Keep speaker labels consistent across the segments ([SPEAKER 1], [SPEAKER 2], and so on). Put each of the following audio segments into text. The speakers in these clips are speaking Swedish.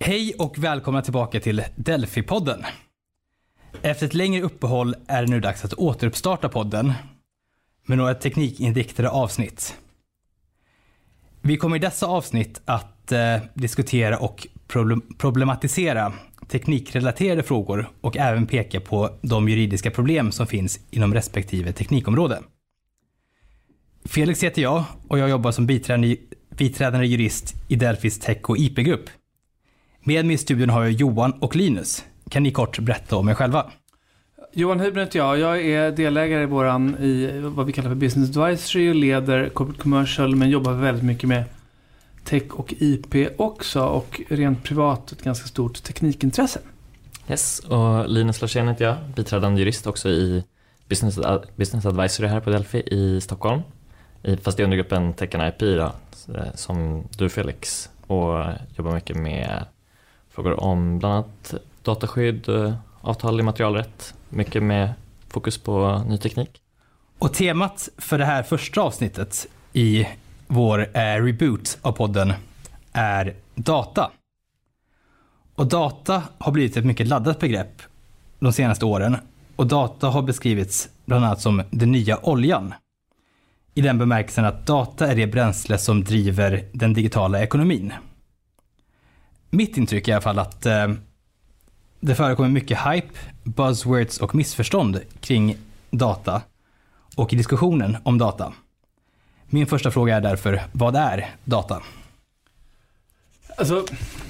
[SPEAKER 1] Hej och välkomna tillbaka till Delphi-podden. Efter ett längre uppehåll är det nu dags att återuppstarta podden med några teknikinriktade avsnitt. Vi kommer i dessa avsnitt att diskutera och problematisera teknikrelaterade frågor och även peka på de juridiska problem som finns inom respektive teknikområde. Felix heter jag och jag jobbar som biträdande jurist i Delphis tech- och IP-grupp. Med mig i studion har jag Johan och Linus. Kan ni kort berätta om er själva?
[SPEAKER 2] Johan Hybner heter jag. Jag är delägare i vad vi kallar för Business Advisory och leder Corporate Commercial, men jobbar väldigt mycket med tech och IP också, och rent privat ett ganska stort teknikintresse.
[SPEAKER 3] Yes, och Linus Larsén heter jag, biträdande jurist också i Business Advisory här på Delphi i Stockholm. Fast i undergruppen Tech and IP då, som du Felix, och jobbar mycket med frågor om bland annat dataskydd, avtal i materialrätt, mycket med fokus på ny teknik.
[SPEAKER 1] Och temat för det här första avsnittet i vår reboot av podden är data. Och data har blivit ett mycket laddat begrepp de senaste åren, och data har beskrivits bland annat som den nya oljan. I den bemärkelsen att data är det bränsle som driver den digitala ekonomin. Mitt intryck är i alla fall att det förekommer mycket hype, buzzwords och missförstånd kring data och i diskussionen om data. Min första fråga är därför, vad är data?
[SPEAKER 2] Alltså,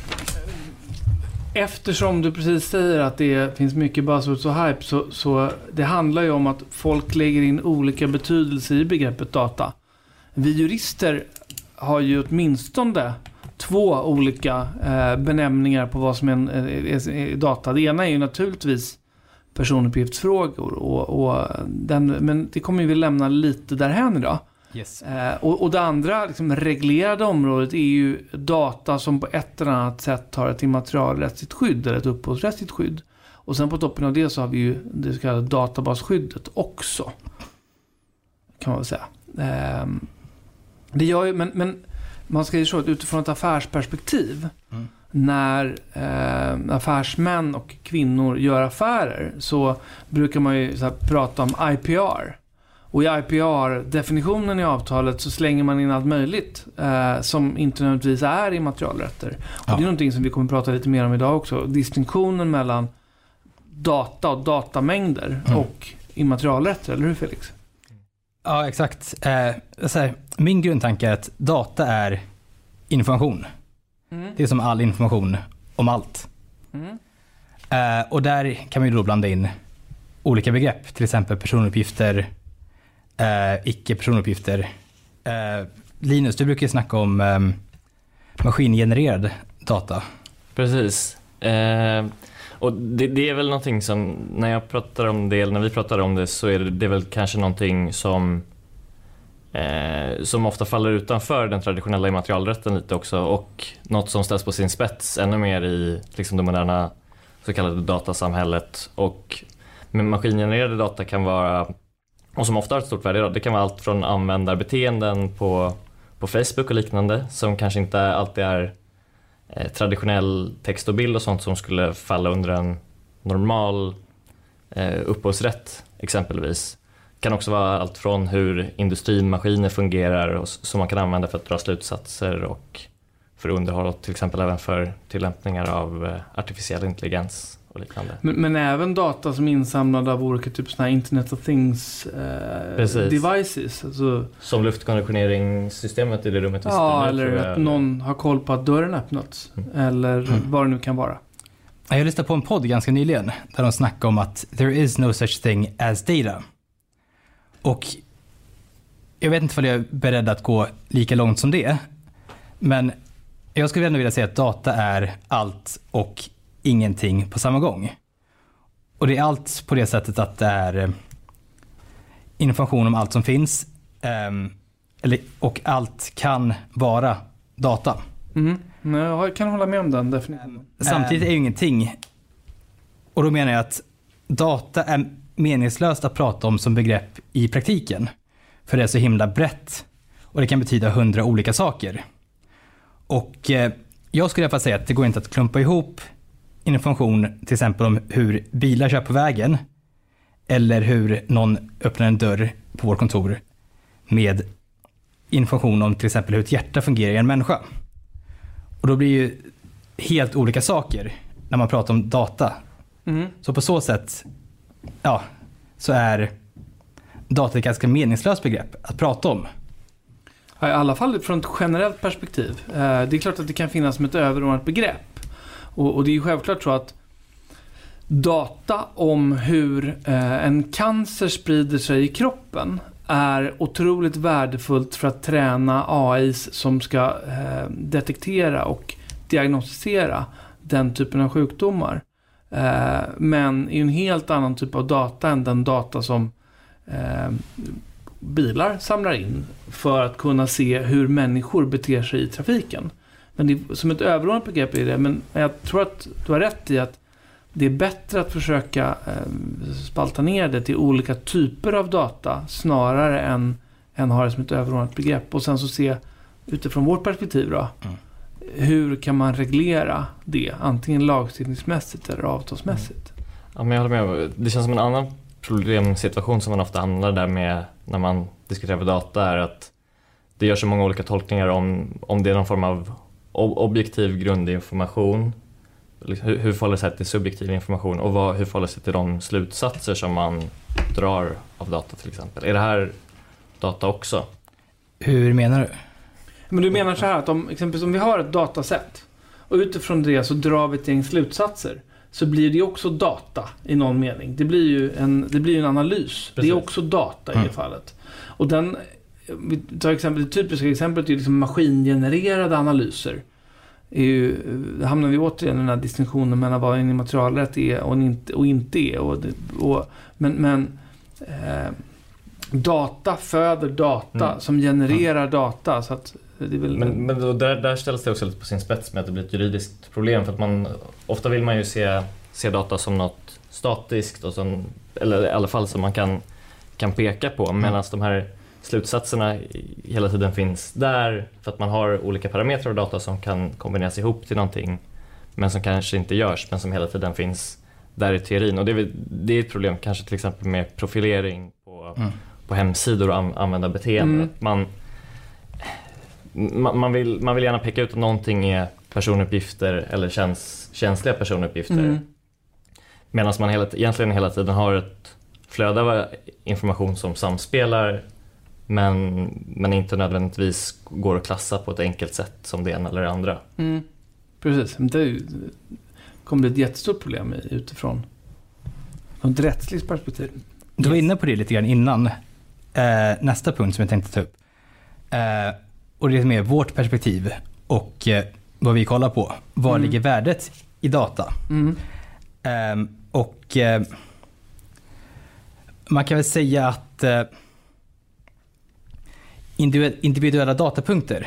[SPEAKER 2] eftersom du precis säger att det finns mycket buzzwords och hype, så det handlar ju om att folk lägger in olika betydelser i begreppet data. Vi jurister har ju åtminstone 2 olika benämningar på vad som är data. Det ena är ju naturligtvis personuppgiftsfrågor, men det kommer vi lämna lite därhän idag.
[SPEAKER 1] Yes.
[SPEAKER 2] Och det andra liksom reglerade området är ju data som på ett eller annat sätt har ett immaterialrättsligt skydd eller ett upphovsrättsligt skydd. Och sen på toppen av det så har vi ju det så kallade databasskyddet också, kan man väl säga. Det gör ju, men man ska ju så att utifrån ett affärsperspektiv, när affärsmän och kvinnor gör affärer, så brukar man ju så här prata om IPR. Och i IPR-definitionen i avtalet så slänger man in allt möjligt som inte nödvändigtvis är immaterialrätter. Och det är någonting som vi kommer att prata lite mer om idag också. Distinktionen mellan data och datamängder och immaterialrätter, eller hur Felix?
[SPEAKER 1] Ja, exakt. Min grundtanke är att data är information. Det är som all information om allt. Och där kan man ju då blanda in olika begrepp, till exempel personuppgifter, icke-personuppgifter. Linus, du brukar ju snacka om maskingenererad data.
[SPEAKER 3] Precis. Och det är väl någonting som, när vi pratar om det, så är det väl kanske någonting som ofta faller utanför den traditionella immaterialrätten lite också, och något som ställs på sin spets ännu mer i liksom det moderna så kallade datasamhället. Och med maskingenererade data kan vara, och som ofta har ett stort värde idag, det kan vara allt från användarbeteenden på Facebook och liknande, som kanske inte alltid är traditionell text och bild och sånt som skulle falla under en normal upphovsrätt exempelvis. Det kan också vara allt från hur industrimaskiner fungerar och som man kan använda för att dra slutsatser och för underhåll, och till exempel även för tillämpningar av artificiell intelligens och liknande. Men
[SPEAKER 2] även data som är insamlade av olika typer såna här Internet of Things devices. Alltså,
[SPEAKER 3] som luftkonditioneringssystemet i det rummet vi sitter
[SPEAKER 2] ja,
[SPEAKER 3] nu,
[SPEAKER 2] eller att någon har koll på att dörren öppnats. Eller vad det nu kan vara.
[SPEAKER 1] Jag lyssnade på en podd ganska nyligen där de snackade om att there is no such thing as data. Och jag vet inte om jag är beredd att gå lika långt som det. Men jag skulle ändå vilja säga att data är allt och ingenting på samma gång. Och det är allt på det sättet att det är information om allt som finns. Och allt kan vara data.
[SPEAKER 2] Jag kan hålla med om den definitionen.
[SPEAKER 1] Samtidigt är ju ingenting. Och då menar jag att data är meningslöst att prata om som begrepp i praktiken. För det är så himla brett. Och det kan betyda 100 olika saker. Och jag skulle i alla fall säga att det går inte att klumpa ihop information till exempel om hur bilar kör på vägen eller hur någon öppnar en dörr på vårt kontor med information om till exempel hur ett hjärta fungerar i en människa. Och då blir ju helt olika saker när man pratar om data. Så på så sätt så är data ett ganska meningslöst begrepp att prata om.
[SPEAKER 2] Ja, i alla fall från ett generellt perspektiv. Det är klart att det kan finnas som ett överordnat begrepp. Och det är ju självklart så att data om hur en cancer sprider sig i kroppen är otroligt värdefullt för att träna AIs som ska detektera och diagnostisera den typen av sjukdomar. Men är en helt annan typ av data än den data som bilar samlar in för att kunna se hur människor beter sig i trafiken. Men det är som ett överordnat begrepp i det. Men jag tror att du har rätt i att det är bättre att försöka spalta ner det till olika typer av data snarare än ha det som ett överordnat begrepp. Och sen så se utifrån vårt perspektiv då, hur kan man reglera det? Antingen lagstiftningsmässigt eller avtalsmässigt.
[SPEAKER 3] Ja, men jag håller med. Det känns som en annan problemsituation som man ofta hamnar där med när man diskuterar data är att det görs så många olika tolkningar om det är någon form av objektiv grundinformation. Hur förhåller det sig till subjektiv information och hur förhåller det sig till de slutsatser som man drar av data till exempel. Är det här data också?
[SPEAKER 1] Hur menar du?
[SPEAKER 2] Men du menar så här att exempelvis om vi har ett dataset och utifrån det så drar vi ett gäng slutsatser, så blir det också data i någon mening. Det blir ju en analys. Precis. Det är också data i det fallet. Och vi tar det typiska exemplet är liksom maskingenererade analyser. Hamnar vi återigen i den här distinktionen mellan vad en immaterialrätt är och inte är. Men data föder data som genererar data. Så att det är väl...
[SPEAKER 3] Men då, där ställs det också lite på sin spets med att det blir ett juridiskt problem. För att ofta vill man ju se data som något statiskt och eller i alla fall som man kan peka på. Medan de här slutsatserna hela tiden finns där för att man har olika parametrar av data som kan kombineras ihop till någonting men som kanske inte görs men som hela tiden finns där i teorin. Och det är ett problem kanske till exempel med profilering på hemsidor och använda beteende. Man vill gärna peka ut att någonting är personuppgifter eller känsliga personuppgifter. Medan man egentligen hela tiden har ett flöde av information som samspelar men inte nödvändigtvis går att klassa på ett enkelt sätt som det ena eller det andra.
[SPEAKER 2] Precis, det kommer bli ett jättestort problem utifrån ett rättsligt perspektiv.
[SPEAKER 1] Du var inne på det lite grann innan nästa punkt som jag tänkte ta upp. Och det är med vårt perspektiv och vad vi kollar på. Var ligger värdet i data? Och man kan väl säga att individuella datapunkter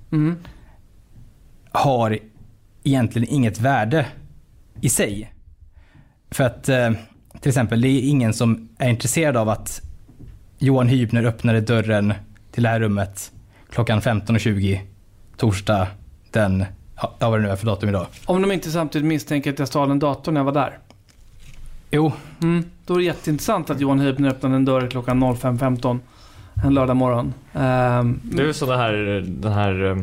[SPEAKER 1] har egentligen inget värde i sig. För att till exempel det är ingen som är intresserad av att Johan Hybner öppnade dörren till det här rummet klockan 15:20 torsdag den, vad det nu är för datum idag.
[SPEAKER 2] Om de inte samtidigt misstänker att jag stal en dator när jag var där.
[SPEAKER 1] Jo.
[SPEAKER 2] Då är det jätteintressant att Johan Hybner öppnade en dörr klockan 05:15 en lördag morgon.
[SPEAKER 3] Det är ju så den här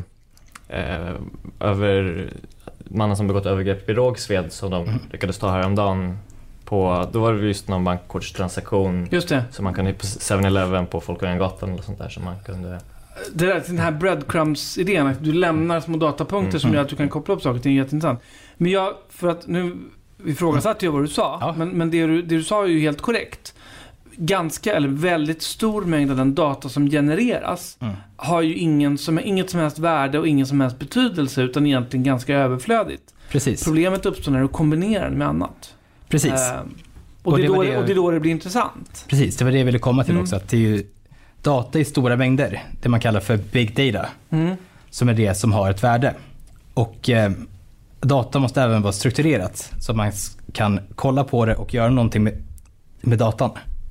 [SPEAKER 3] över mannen som begått övergrepp i Rågsved som de lyckades ta häromdagen då var det just någon bankkortstransaktion som man kunde på 7-Eleven på Folkungagatan eller sånt där som man kunde.
[SPEAKER 2] Den här breadcrumbs-idén att du lämnar små datapunkter som gör att du kan koppla upp saker, det är jätteintressant. Men för att nu ifrågasatte jag vad du sa, men det du sa är ju helt korrekt. Väldigt stor mängd av den data som genereras har ju inget som helst värde och ingen som helst betydelse utan egentligen ganska överflödigt.
[SPEAKER 1] Precis.
[SPEAKER 2] Problemet uppstår när du kombinerar den med annat.
[SPEAKER 1] Precis.
[SPEAKER 2] Och det är då det blir intressant.
[SPEAKER 1] Precis, det var det jag ville komma till också. Att det är ju data i stora mängder, det man kallar för big data, som är det som har ett värde. Och data måste även vara strukturerat så att man kan kolla på det och göra någonting med datan.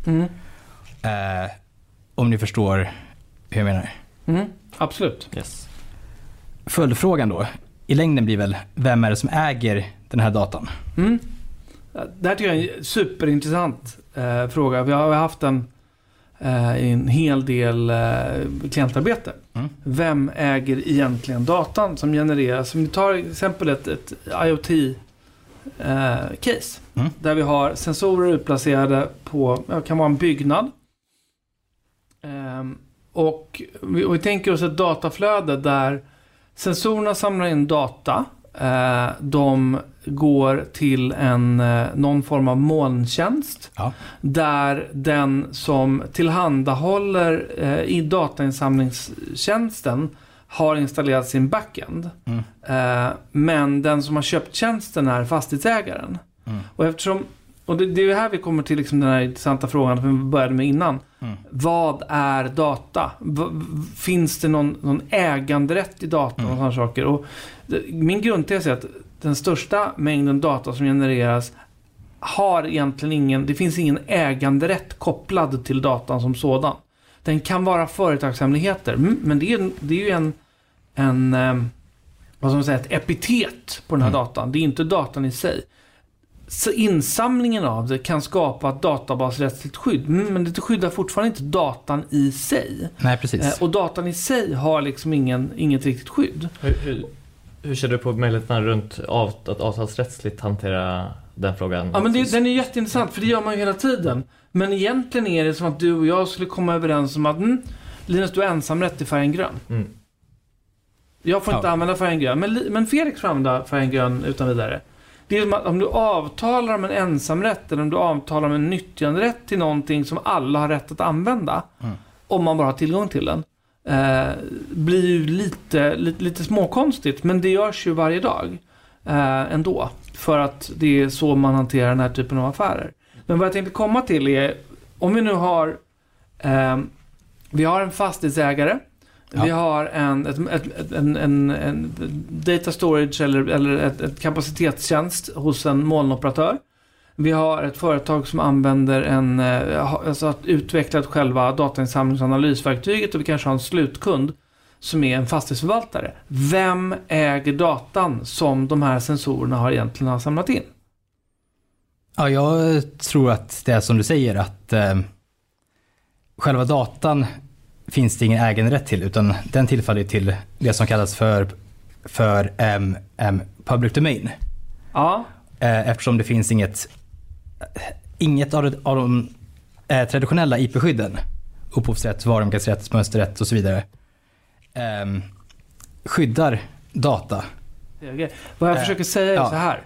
[SPEAKER 1] Om ni förstår hur jag menar.
[SPEAKER 2] Absolut.
[SPEAKER 3] Yes.
[SPEAKER 1] Följdfrågan då i längden blir väl, vem är det som äger den här datan?
[SPEAKER 2] Det här tycker jag är en superintressant fråga. Vi har haft en hel del klientarbete. Vem äger egentligen datan som genereras? Om vi tar exempel ett IoT-case där vi har sensorer utplacerade på, kan vara en byggnad. Och vi tänker oss ett dataflöde där sensorerna samlar in data. De går till någon form av molntjänst där den som tillhandahåller i datainsamlingstjänsten har installerat sin backend. Men den som har köpt tjänsten är fastighetsägaren. Och det är här vi kommer till liksom den här intressanta frågan som vi började med innan. Vad är data? Finns det någon äganderätt i data och sådana saker? Och min grundtes är att den största mängden data som genereras har egentligen det finns ingen äganderätt kopplad till datan som sådan. Den kan vara företagshemligheter, men det är ju vad ska man säga, ett epitet på den här datan. Det är inte datan i sig. Så insamlingen av det kan skapa ett databasrättsligt skydd, men det skyddar fortfarande inte datan i sig.
[SPEAKER 1] Nej, precis.
[SPEAKER 2] Och datan i sig har liksom inget riktigt skydd.
[SPEAKER 3] Hur ser du på möjligheterna runt att avtalsrättsligt hantera den frågan?
[SPEAKER 2] Ja, men den är jätteintressant, för det gör man ju hela tiden. Men egentligen är det som att du och jag skulle komma överens om att Linus, du är ensamrätt i färgen grön. Jag får inte använda färgen grön, men Felix får använda färgen grön utan vidare. Det är som att om du avtalar om en ensamrätt eller om du avtalar om en nyttjanderätt till någonting som alla har rätt att använda, om man bara har tillgång till den, blir ju lite småkonstigt, men det görs ju varje dag ändå, för att det är så man hanterar den här typen av affärer. Men vad jag tänkte komma till är, om vi nu har vi har en fastighetsägare, vi har en data storage eller ett kapacitetstjänst hos en molnoperatör. Vi har ett företag som använder att utveckla själva datainsamlings- och analysverktyget, och vi kanske har en slutkund som är en fastighetsförvaltare. Vem äger datan som de här sensorerna har samlat in?
[SPEAKER 1] Ja, jag tror att det är som du säger, att själva datan finns det ingen äganderätt till, utan den tillfaller till det som kallas för public domain.
[SPEAKER 2] Ja.
[SPEAKER 1] Eftersom det finns inget av de traditionella IP-skydden, upphovsrätt, varumärkesrätt, mönsterrätt och så vidare, skyddar data.
[SPEAKER 2] Okay. Vad jag försöker säga är så här.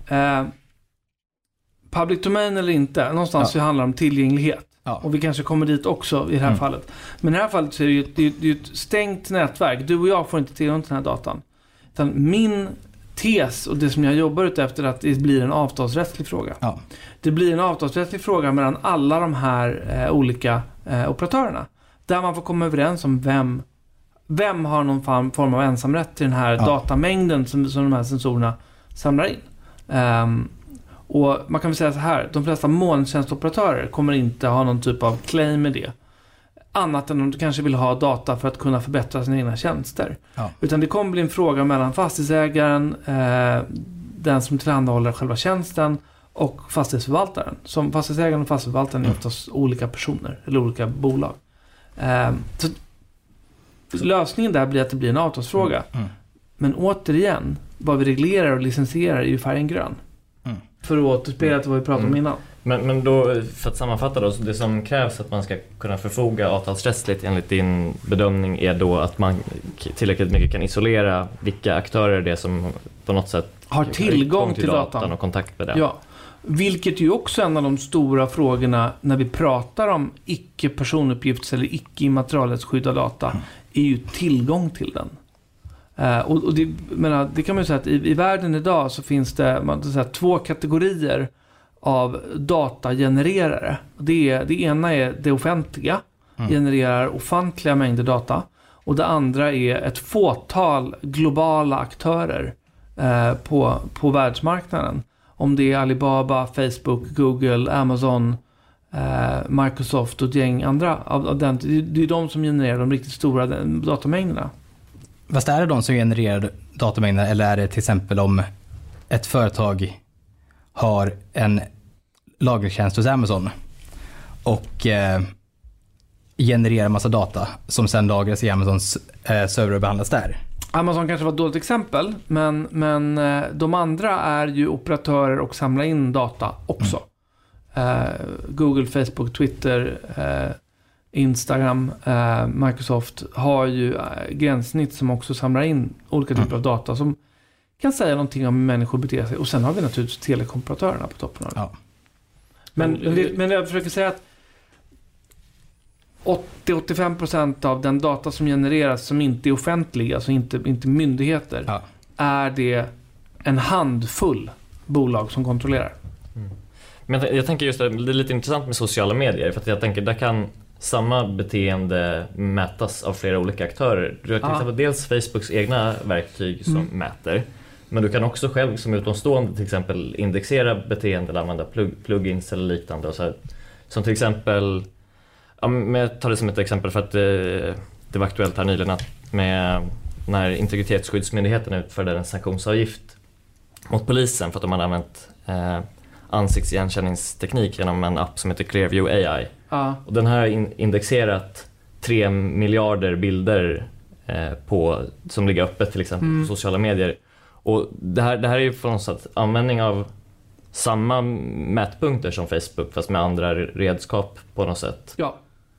[SPEAKER 2] Public domain eller inte, någonstans så handlar det om tillgänglighet. Ja. Och vi kanske kommer dit också i det här fallet. Men i det här fallet så är det ju ett stängt nätverk. Du och jag får inte tillgång till den här datan. Utan min tes och det som jag jobbar ut efter, att det blir en avtalsrättslig fråga. Ja. Det blir en avtalsrättslig fråga mellan alla de här olika operatörerna. Där man får komma överens om vem har någon form av ensamrätt till den här datamängden som de här sensorerna samlar in. Och man kan väl säga så här, de flesta molntjänstoperatörer kommer inte ha någon typ av claim med det. Annat än om du kanske vill ha data för att kunna förbättra sina egna tjänster. Ja. Utan det kommer bli en fråga mellan fastighetsägaren, den som tillhandahåller själva tjänsten, och fastighetsförvaltaren. Som fastighetsägaren och fastighetsförvaltaren är oftast olika personer eller olika bolag. Så lösningen där blir att det blir en avtalsfråga. Men återigen, vad vi reglerar och licensierar är ju färgen grön. För att återspela till vad vi pratade om innan.
[SPEAKER 3] Men då, för att sammanfatta då, så det som krävs att man ska kunna förfoga avtalsrättsligt enligt din bedömning är då att man tillräckligt mycket kan isolera vilka aktörer det är som på något sätt
[SPEAKER 2] har tillgång till datan
[SPEAKER 3] och kontakt med den.
[SPEAKER 2] Ja, vilket ju också är en av de stora frågorna när vi pratar om icke-personuppgifts- eller icke-immaterialrättsskyddad data, är ju tillgång till den. Och det kan man ju säga att i världen idag så finns det två kategorier av datagenererare. Det ena är det offentliga, genererar ofantliga mängder data, och det andra är ett fåtal globala aktörer på världsmarknaden. Om det är Alibaba, Facebook, Google, Amazon, Microsoft och ett gäng andra. Det är de som genererar de riktigt stora datamängderna.
[SPEAKER 1] Fast är det de som genererar datamängder, eller är det till exempel om ett företag har en lagertjänst hos Amazon och genererar massa data som sedan lagras i Amazons server och behandlas där?
[SPEAKER 2] Amazon kanske var ett dåligt exempel, men de andra är ju operatörer och samlar in data också. Google, Facebook, Twitter, Instagram, Microsoft har ju gränssnitt som också samlar in olika typer av data som kan säga någonting om hur människor beter sig. Och sen har vi naturligtvis telekomparatörerna på toppen av det.
[SPEAKER 1] Ja.
[SPEAKER 2] Men jag försöker säga att 80-85% av den data som genereras som inte är offentlig, alltså inte myndigheter, är det en handfull bolag som kontrollerar.
[SPEAKER 3] Men jag tänker just det är lite intressant med sociala medier, för att jag tänker där kan samma beteende mätas av flera olika aktörer. Du har till exempel dels Facebooks egna verktyg som mäter, men du kan också själv som utomstående till exempel indexera beteende eller använda plugins eller liknande. Och så här. Som till exempel, jag tar det som ett exempel för att det var aktuellt här nyligen att med när Integritetsskyddsmyndigheten utförde en sanktionsavgift mot polisen för att de hade använt ansiktsigenkänningsteknik genom en app som heter Clearview AI. Och den här har indexerat 3 miljarder bilder som ligger öppet till exempel på sociala medier. Och det här är ju på något sätt användning av samma mätpunkter som Facebook fast med andra redskap på något sätt.
[SPEAKER 2] Ja.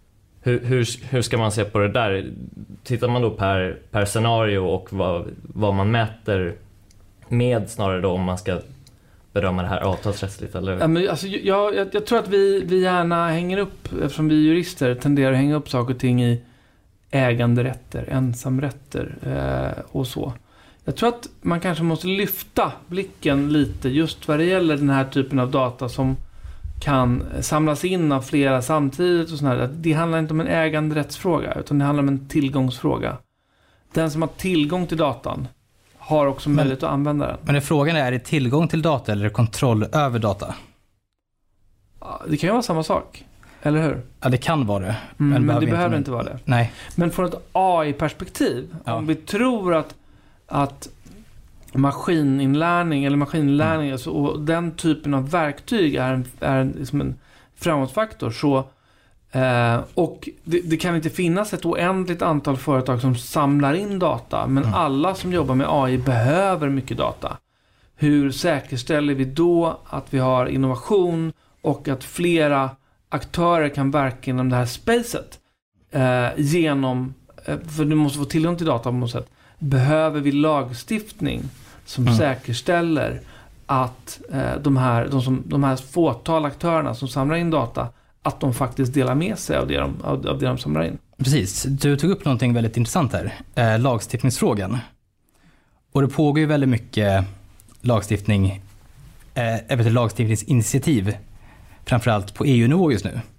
[SPEAKER 3] Hur ska man se på det där? Tittar man då per scenario och vad man mäter med snarare då om man ska bedöma det här avtalsrättsligt eller?
[SPEAKER 2] Ja, men alltså, jag tror att vi gärna hänger upp, eftersom vi jurister tenderar att hänga upp saker och ting i äganderätter, ensamrätter och så. Jag tror att man kanske måste lyfta blicken lite just vad det gäller den här typen av data som kan samlas in av flera samtidigt och sådär. Det handlar inte om en äganderättsfråga utan det handlar om en tillgångsfråga. Den som har tillgång till datan har också möjlighet att använda den.
[SPEAKER 1] Men frågan är det tillgång till data eller kontroll över data?
[SPEAKER 2] Det kan ju vara samma sak, eller hur?
[SPEAKER 1] Ja, det kan vara det.
[SPEAKER 2] Men det behöver inte vara det.
[SPEAKER 1] Nej.
[SPEAKER 2] Men från ett AI-perspektiv, om vi tror att maskininlärning alltså, och den typen av verktyg är liksom en framåtfaktor så och det kan inte finnas ett oändligt antal företag som samlar in data, men alla som jobbar med AI behöver mycket data. Hur säkerställer vi då att vi har innovation och att flera aktörer kan verka inom det här spacet för du måste få tillgång till data på något sätt. Behöver vi lagstiftning som säkerställer att de här fåtal aktörerna som samlar in data, att de faktiskt delar med sig av det de samlar in.
[SPEAKER 1] Precis, du tog upp någonting väldigt intressant här, lagstiftningsfrågan. Och det pågår ju väldigt mycket lagstiftningsinitiativ, framförallt på EU-nivå just nu.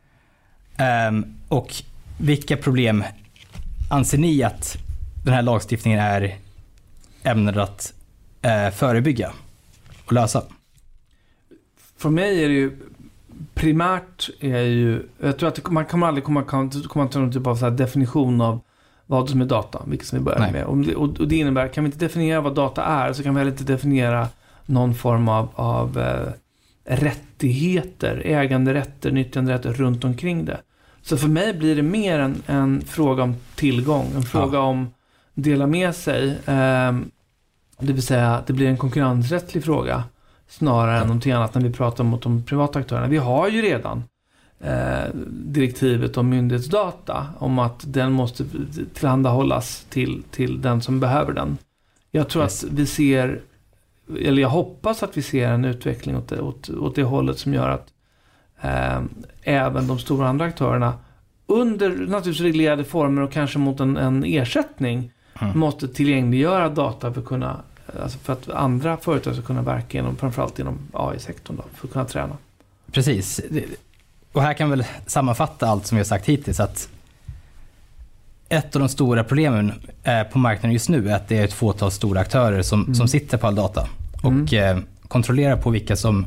[SPEAKER 1] Och vilka problem anser ni att den här lagstiftningen är ämnad att förebygga och lösa?
[SPEAKER 2] För mig är det ju primärt jag tror att man kommer aldrig komma till någon typ av så här definition av vad som är data, vilket som vi börjar med. Och det innebär, kan vi inte definiera vad data är så kan vi heller inte definiera någon form av rättigheter, äganderätter, nyttjanderätter runt omkring det. Så för mig blir det mer en fråga om tillgång, en fråga om dela med sig. Det vill säga, det blir en konkurrensrättslig fråga snarare än någonting annat när vi pratar mot de privata aktörerna. Vi har ju redan direktivet om myndighetsdata om att den måste tillhandahållas till den som behöver den. Jag tror att vi ser, eller jag hoppas att vi ser en utveckling åt det hållet som gör att även de stora andra aktörerna under naturligtvis reglerade former och kanske mot en ersättning måste tillgängliggöra data för att andra företag ska kunna verka framförallt inom AI-sektorn då, för att kunna träna.
[SPEAKER 1] Precis. Och här kan väl sammanfatta allt som vi har sagt hittills, att ett av de stora problemen på marknaden just nu är att det är ett fåtal stora aktörer som sitter på all data och kontrollerar på vilka som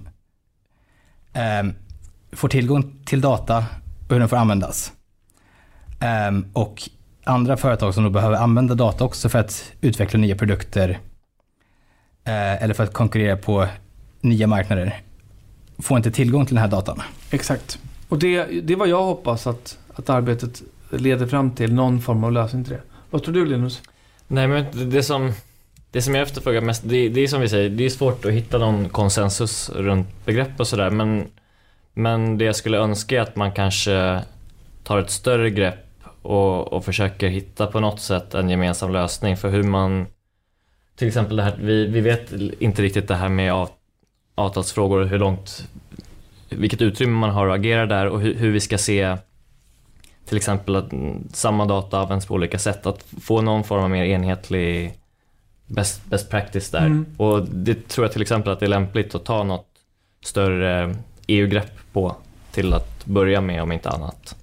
[SPEAKER 1] får tillgång till data och hur den får användas. Och andra företag som då behöver använda data också för att utveckla nya produkter eller för att konkurrera på nya marknader får inte tillgång till den här datan.
[SPEAKER 2] Exakt. Och det är vad jag hoppas att arbetet leder fram till, någon form av lösning till det. Vad tror du, Linus?
[SPEAKER 3] Nej, men det som jag efterfrågar mest, det är som vi säger, det är svårt att hitta någon konsensus runt begrepp och sådär, men det jag skulle önska är att man kanske tar ett större grepp och försöker hitta på något sätt en gemensam lösning för hur man, till exempel det här, vi vet inte riktigt det här med avtalsfrågor, hur långt, vilket utrymme man har att agera där och hur vi ska se till exempel att samma data används på olika sätt, att få någon form av mer enhetlig best practice där. Och det tror jag till exempel att det är lämpligt att ta något större EU-grepp på till att börja med, om inte annat.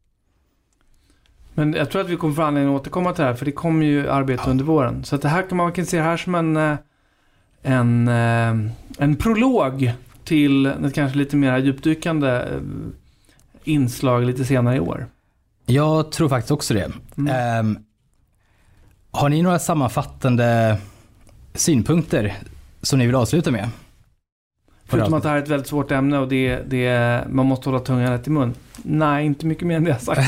[SPEAKER 2] Men jag tror att vi kommer få anledning att återkomma till det här, för det kommer ju arbete under våren. Så att det här kan man se här som en prolog till ett kanske lite mer djupdykande inslag lite senare i år. Jag
[SPEAKER 1] tror faktiskt också det. Har ni några sammanfattande synpunkter som ni vill avsluta med?
[SPEAKER 2] Förutom att det här är ett väldigt svårt ämne och man måste hålla tungan rätt i mun. Nej, inte mycket mer än det jag sagt.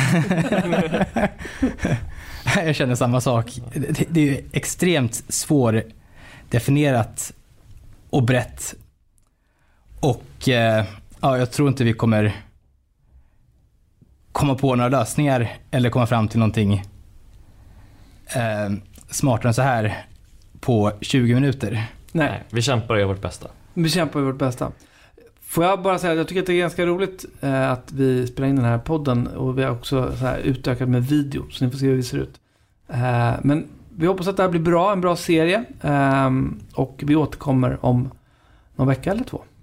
[SPEAKER 1] Jag känner samma sak. Det är extremt svårdefinierat och brett. Och jag tror inte vi kommer komma på några lösningar eller komma fram till någonting smartare än så här på 20 minuter.
[SPEAKER 2] Nej,
[SPEAKER 3] vi kämpar och gör vårt bästa.
[SPEAKER 2] Vi kämpar vårt bästa. Får jag bara säga att jag tycker att det är ganska roligt att vi spelar in den här podden och vi har också så här utökat med video så ni får se hur vi ser ut. Men vi hoppas att det här blir bra, en bra serie och vi återkommer om någon vecka eller 2.